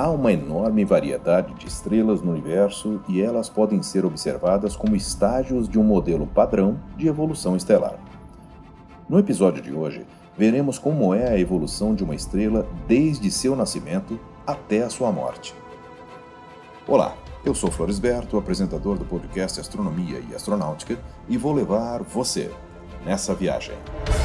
Há uma enorme variedade de estrelas no universo e elas podem ser observadas como estágios de um modelo padrão de evolução estelar. No episódio de hoje, veremos como é a evolução de uma estrela desde seu nascimento até a sua morte. Olá, eu sou Florisberto, apresentador do podcast Astronomia e Astronáutica, e vou levar você nessa viagem.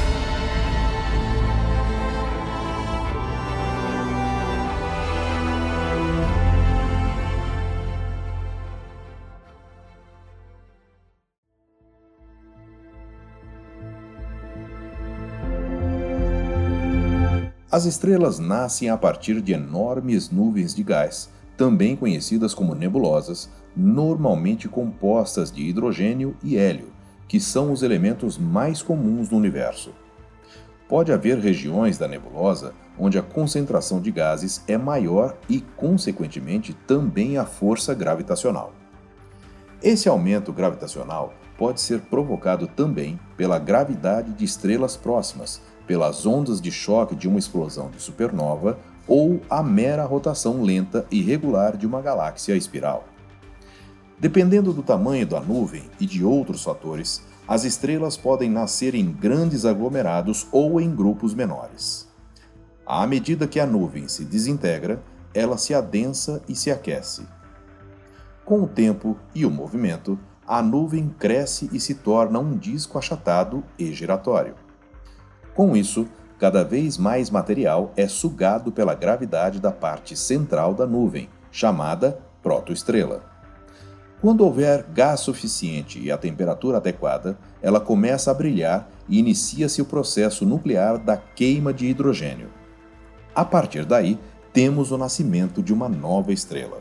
As estrelas nascem a partir de enormes nuvens de gás, também conhecidas como nebulosas, normalmente compostas de hidrogênio e hélio, que são os elementos mais comuns no universo. Pode haver regiões da nebulosa onde a concentração de gases é maior e, consequentemente, também a força gravitacional. Esse aumento gravitacional pode ser provocado também pela gravidade de estrelas próximas, pelas ondas de choque de uma explosão de supernova ou a mera rotação lenta e regular de uma galáxia espiral. Dependendo do tamanho da nuvem e de outros fatores, as estrelas podem nascer em grandes aglomerados ou em grupos menores. À medida que a nuvem se desintegra, ela se adensa e se aquece. Com o tempo e o movimento, a nuvem cresce e se torna um disco achatado e giratório. Com isso, cada vez mais material é sugado pela gravidade da parte central da nuvem, chamada protoestrela. Quando houver gás suficiente e a temperatura adequada, ela começa a brilhar e inicia-se o processo nuclear da queima de hidrogênio. A partir daí, temos o nascimento de uma nova estrela.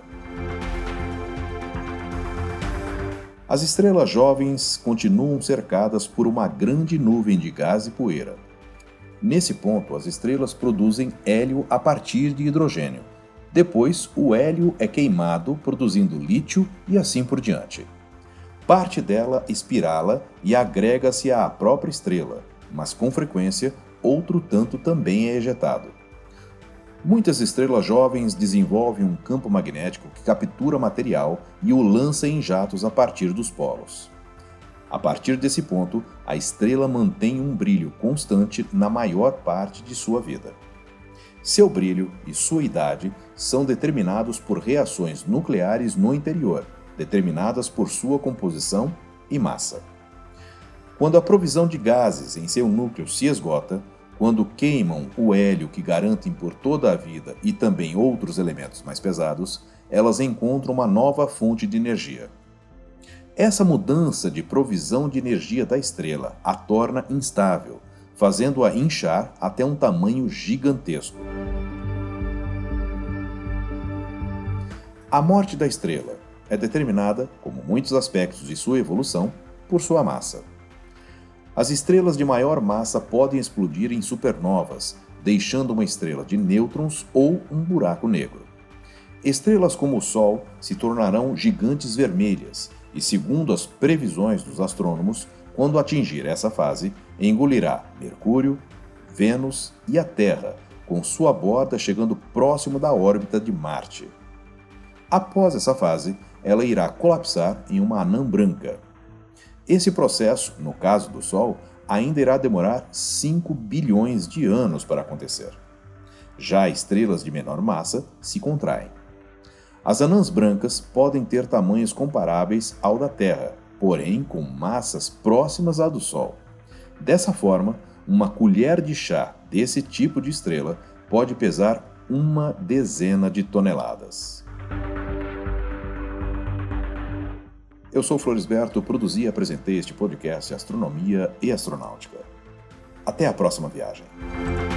As estrelas jovens continuam cercadas por uma grande nuvem de gás e poeira. Nesse ponto, as estrelas produzem hélio a partir de hidrogênio. Depois, o hélio é queimado, produzindo lítio e assim por diante. Parte dela espirala e agrega-se à própria estrela, mas com frequência, outro tanto também é ejetado. Muitas estrelas jovens desenvolvem um campo magnético que captura material e o lança em jatos a partir dos polos. A partir desse ponto, a estrela mantém um brilho constante na maior parte de sua vida. Seu brilho e sua idade são determinados por reações nucleares no interior, determinadas por sua composição e massa. Quando a provisão de gases em seu núcleo se esgota, quando queimam o hélio que garantem por toda a vida e também outros elementos mais pesados, elas encontram uma nova fonte de energia. Essa mudança de provisão de energia da estrela a torna instável, fazendo-a inchar até um tamanho gigantesco. A morte da estrela é determinada, como muitos aspectos de sua evolução, por sua massa. As estrelas de maior massa podem explodir em supernovas, deixando uma estrela de nêutrons ou um buraco negro. Estrelas como o Sol se tornarão gigantes vermelhas e, segundo as previsões dos astrônomos, quando atingir essa fase, engolirá Mercúrio, Vênus e a Terra, com sua borda chegando próximo da órbita de Marte. Após essa fase, ela irá colapsar em uma anã branca. Esse processo, no caso do Sol, ainda irá demorar 5 bilhões de anos para acontecer. Já estrelas de menor massa se contraem. As anãs brancas podem ter tamanhos comparáveis ao da Terra, porém com massas próximas à do Sol. Dessa forma, uma colher de chá desse tipo de estrela pode pesar 10 de toneladas. Eu sou Florisberto, produzi e apresentei este podcast Astronomia e Astronáutica. Até a próxima viagem.